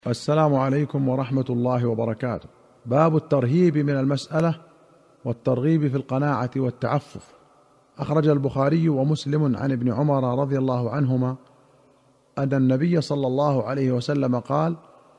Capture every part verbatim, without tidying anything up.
السلام عليكم ورحمة الله وبركاته. باب الترهيب من المسألة والترغيب في القناعة والتعفف. أخرج البخاري ومسلم عن ابن عمر رضي الله عنهما أن النبي صلى الله عليه وسلم قال: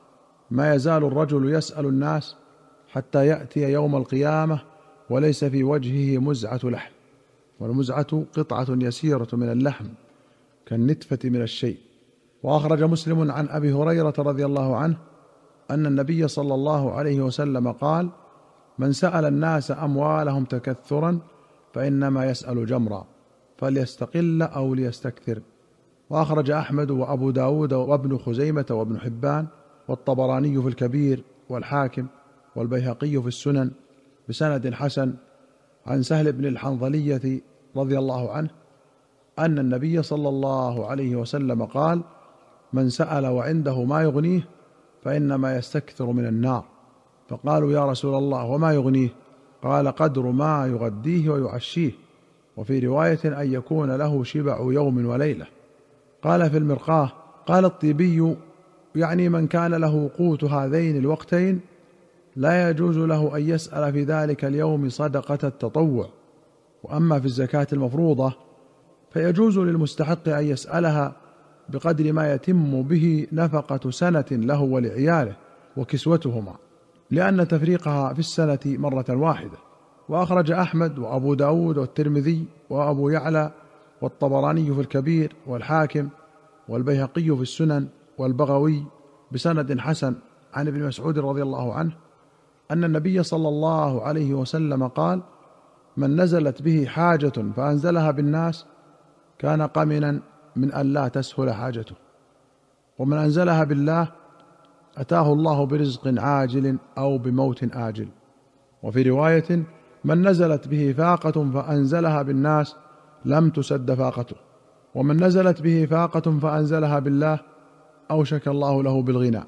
ما يزال الرجل يسأل الناس حتى يأتي يوم القيامة وليس في وجهه مزعة لحم، والمزعة قطعة يسيرة من اللحم كالنتفة من الشيء. وأخرج مسلم عن أبي هريرة رضي الله عنه أن النبي صلى الله عليه وسلم قال: من سأل الناس أموالهم تكثرا فإنما يسأل جمرا، فليستقل أو ليستكثر. وأخرج أحمد وأبو داود وابن خزيمة وابن حبان والطبراني في الكبير والحاكم والبيهقي في السنن بسند حسن عن سهل بن الحنظلية رضي الله عنه أن النبي صلى الله عليه وسلم قال: من سأل وعنده ما يغنيه فإنما يستكثر من النار. فقالوا: يا رسول الله وما يغنيه؟ قال: قدر ما يغديه ويعشيه، وفي رواية أن يكون له شبع يوم وليلة. قال في المرقاه: قال الطيبي يعني من كان له قوت هذين الوقتين لا يجوز له أن يسأل في ذلك اليوم صدقة التطوع، وأما في الزكاة المفروضة فيجوز للمستحق أن يسألها بقدر ما يتم به نفقة سنة له ولعياله وكسوتهما، لأن تفريقها في السنة مرة واحدة. وأخرج أحمد وأبو داود والترمذي وأبو يعلى والطبراني في الكبير والحاكم والبيهقي في السنن والبغوي بسند حسن عن ابن مسعود رضي الله عنه أن النبي صلى الله عليه وسلم قال: من نزلت به حاجة فأنزلها بالناس كان قمنا من أن لا تسهل حاجته، ومن أنزلها بالله أتاه الله برزق عاجل أو بموت آجل. وفي رواية: من نزلت به فاقة فأنزلها بالناس لم تسد فاقته، ومن نزلت به فاقة فأنزلها بالله أوشك الله له بالغنى،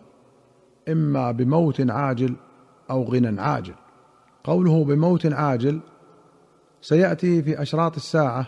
إما بموت عاجل أو غنى عاجل. قوله بموت عاجل سيأتي في أشراط الساعة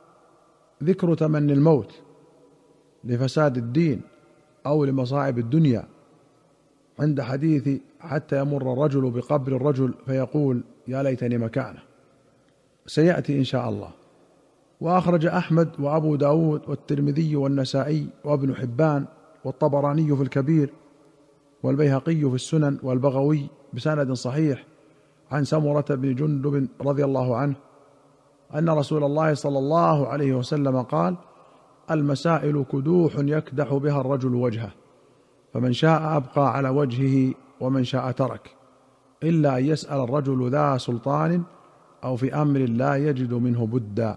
ذكر تمني الموت لفساد الدين أو لمصائب الدنيا، عند حديث: حتى يمر الرجل بقبر الرجل فيقول: يا ليتني مكانه، سيأتي إن شاء الله. وأخرج أحمد وأبو داود والترمذي والنسائي وابن حبان والطبراني في الكبير والبيهقي في السنن والبغوي بسند صحيح عن سمرة بن جندب رضي الله عنه أن رسول الله صلى الله عليه وسلم قال: المسائل كدوح يكدح بها الرجل وجهه، فمن شاء أبقى على وجهه ومن شاء ترك، إلا أن يسأل الرجل ذا سلطان أو في أمر لا يجد منه بدا.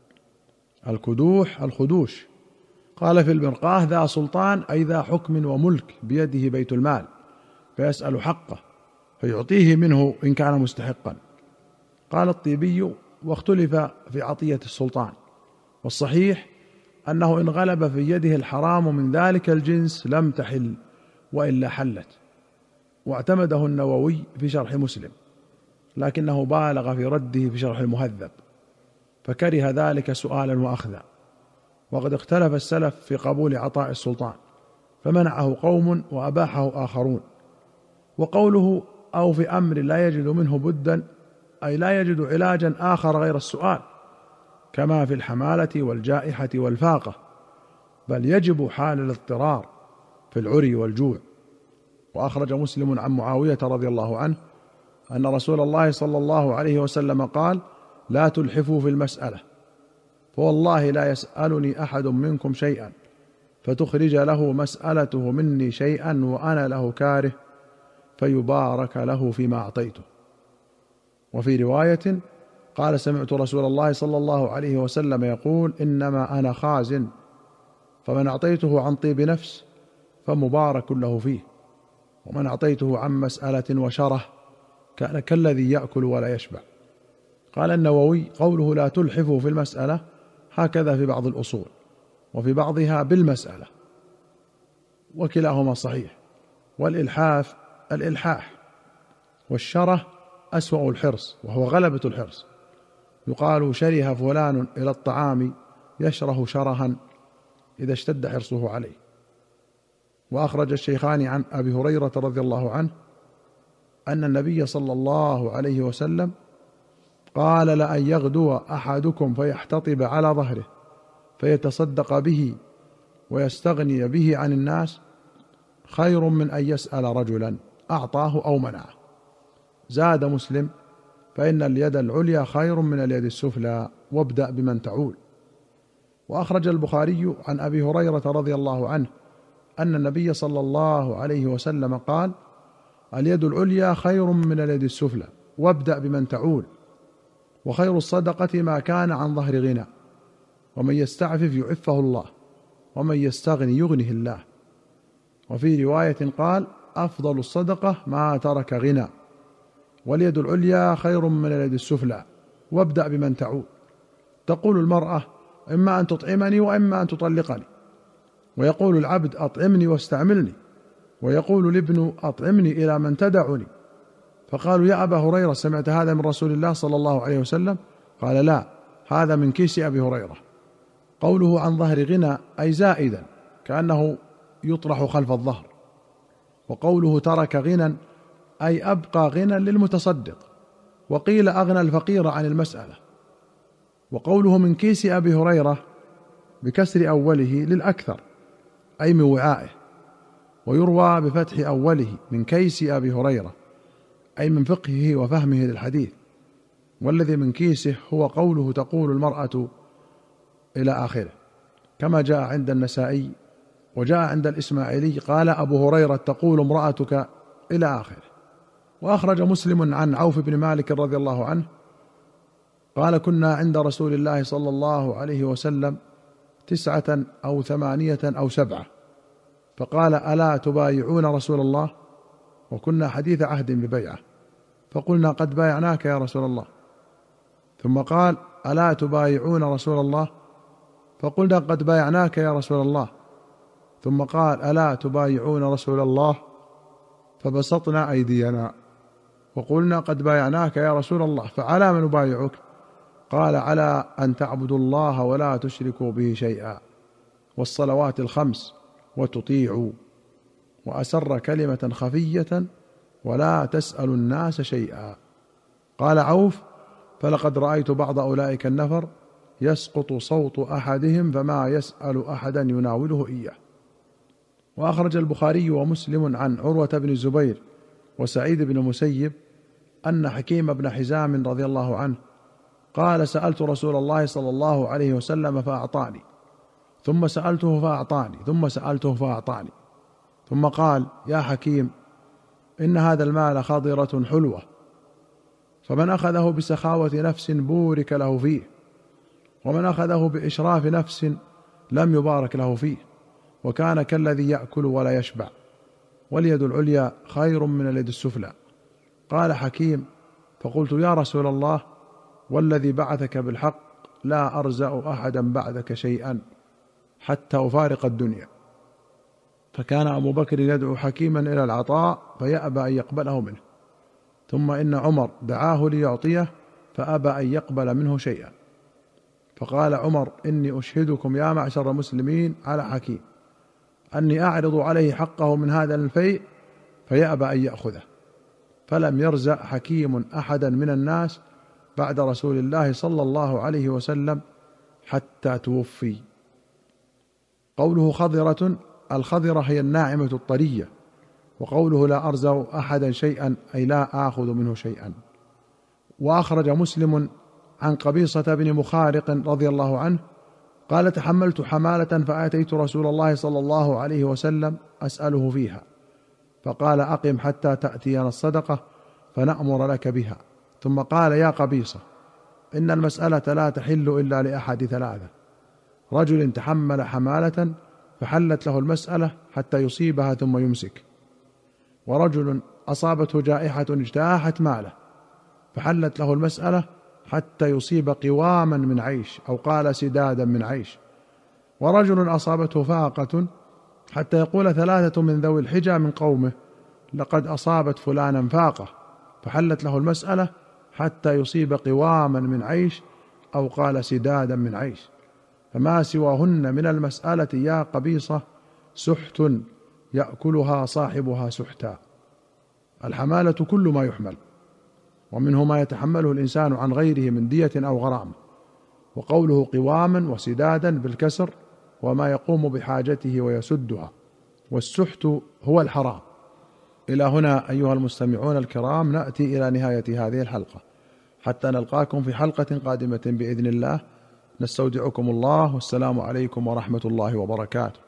الكدوح الخدوش. قال في المرقاه: ذا سلطان أي ذا حكم وملك بيده بيت المال، فيسأل حقه فيعطيه منه إن كان مستحقا. قال الطيبي: واختلف في عطية السلطان، والصحيح أنه إن غلب في يده الحرام من ذلك الجنس لم تحل وإلا حلت. واعتمده النووي في شرح مسلم، لكنه بالغ في رده في شرح المهذب، فكره ذلك سؤالا وأخذا. وقد اختلف السلف في قبول عطاء السلطان، فمنعه قوم وأباحه آخرون. وقوله أو في أمر لا يجد منه بدا أي لا يجد علاجا آخر غير السؤال، كما في الحمالة والجائحة والفاقة، بل يجب حال الاضطرار في العري والجوع. وأخرج مسلم عن معاوية رضي الله عنه أن رسول الله صلى الله عليه وسلم قال: لا تلحفوا في المسألة، فوالله لا يسألني أحد منكم شيئا فتخرج له مسألته مني شيئا وأنا له كاره فيبارك له فيما أعطيته. وفي رواية قال: سمعت رسول الله صلى الله عليه وسلم يقول: إنما أنا خازن، فمن أعطيته عن طيب نفس فمبارك له فيه، ومن أعطيته عن مسألة وشره كان كالذي يأكل ولا يشبع. قال النووي: قوله لا تلحفوا في المسألة هكذا في بعض الأصول، وفي بعضها بالمسألة، وكلاهما صحيح. والإلحاف الإلحاح، والشره أسوأ الحرص وهو غلبة الحرص. يقال: شره فلان إلى الطعام يشره شرها إذا اشتد حرصه عليه. وأخرج الشيخان عن أبي هريرة رضي الله عنه أن النبي صلى الله عليه وسلم قال: لأن يغدو أحدكم فيحتطب على ظهره فيتصدق به ويستغني به عن الناس خير من أن يسأل رجلا أعطاه أو منعه. زاد مسلم: فإن اليد العليا خير من اليد السفلى وابدأ بمن تعول. وأخرج البخاري عن أبي هريرة رضي الله عنه أن النبي صلى الله عليه وسلم قال: اليد العليا خير من اليد السفلى وابدأ بمن تعول، وخير الصدقة ما كان عن ظهر غنى، ومن يستعفف يعفه الله، ومن يستغني يغنه الله. وفي رواية قال: أفضل الصدقة ما ترك غنى، واليد العليا خير من اليد السفلى وابدأ بمن تعول. تقول المرأة: إما أن تطعمني وإما أن تطلقني، ويقول العبد: أطعمني واستعملني، ويقول الابن: أطعمني إلى من تدعني. فقالوا: يا أبا هريرة، سمعت هذا من رسول الله صلى الله عليه وسلم؟ قال: لا، هذا من كيس أبي هريرة. قوله عن ظهر غنى أي زائدا، كأنه يطرح خلف الظهر. وقوله ترك غنى أي أبقى غنى للمتصدق، وقيل أغنى الفقير عن المسألة. وقوله من كيس أبي هريرة بكسر أوله للأكثر أي من وعائه، ويروى بفتح أوله من كيس أبي هريرة أي من فقهه وفهمه للحديث. والذي من كيسه هو قوله تقول المرأة إلى آخره، كما جاء عند النسائي وجاء عند الإسماعيلي قال أبو هريرة: تقول امرأتك إلى آخره. وأخرج مسلم عن عوف بن مالك رضي الله عنه قال: كنا عند رسول الله صلى الله عليه وسلم تسعة أو ثمانية أو سبعة، فقال: ألا تبايعون رسول الله؟ وكنا حديث عهد ببيعة، فقلنا: قد بايعناك يا رسول الله. ثم قال: ألا تبايعون رسول الله؟ فقلنا: قد بايعناك يا رسول الله. ثم قال: ألا تبايعون رسول الله؟ فبسطنا أيدينا وقلنا: قد بايعناك يا رسول الله، فعلى من نبايعك؟ قال: على أن تعبدوا الله ولا تشركوا به شيئا، والصلوات الخمس، وتطيعوا، وأسر كلمة خفية، ولا تسأل الناس شيئا. قال عوف: فلقد رأيت بعض أولئك النفر يسقط صوت أحدهم فما يسأل أحدا يناوله إياه. وأخرج البخاري ومسلم عن عروة بن الزبير وسعيد بن المسيب أن حكيم بن حزام رضي الله عنه قال: سألت رسول الله صلى الله عليه وسلم فأعطاني، ثم سألته فأعطاني، ثم سألته فأعطاني، ثم قال: يا حكيم، إن هذا المال خضرة حلوة، فمن أخذه بسخاوة نفس بورك له فيه، ومن أخذه بإشراف نفس لم يبارك له فيه، وكان كالذي يأكل ولا يشبع، واليد العليا خير من اليد السفلى. قال حكيم: فقلت: يا رسول الله، والذي بعثك بالحق لا أرزأ أحدا بعدك شيئا حتى أفارق الدنيا. فكان أبو بكر يدعو حكيما إلى العطاء فيأبى أن يقبله منه، ثم إن عمر دعاه ليعطيه فأبى أن يقبل منه شيئا، فقال عمر: إني أشهدكم يا معشر المسلمين على حكيم أني أعرض عليه حقه من هذا الفيء فيأبى أن يأخذه. فلم يرزق حكيم أحدا من الناس بعد رسول الله صلى الله عليه وسلم حتى توفي. قوله خضرة، الخضرة هي الناعمة الطرية، وقوله لا أرزق أحدا شيئا أي لا آخذ منه شيئا. وأخرج مسلم عن قبيصة بن مخارق رضي الله عنه قال: تحملت حمالة فأتيت رسول الله صلى الله عليه وسلم أسأله فيها، فقال: أقم حتى تأتينا الصدقة فنأمر لك بها. ثم قال: يا قبيصة، إن المسألة لا تحل إلا لأحد ثلاثة: رجل تحمل حمالة فحلت له المسألة حتى يصيبها ثم يمسك، ورجل أصابته جائحة اجتاحت ماله فحلت له المسألة حتى يصيب قواما من عيش، أو قال سدادا من عيش، ورجل أصابته فاقة حتى يقول ثلاثة من ذوي الحجى من قومه: لقد أصابت فلانا فاقة، فحلت له المسألة حتى يصيب قواما من عيش، أو قال سدادا من عيش. فما سواهن من المسألة يا قبيصة سحت يأكلها صاحبها سحتا. الحمالة كل ما يحمل، ومنه ما يتحمله الإنسان عن غيره من دية أو غرامة. وقوله قواما وسدادا بالكسر وما يقوم بحاجته ويسدها، والسحت هو الحرام. إلى هنا أيها المستمعون الكرام نأتي إلى نهاية هذه الحلقة، حتى نلقاكم في حلقة قادمة بإذن الله. نستودعكم الله، والسلام عليكم ورحمة الله وبركاته.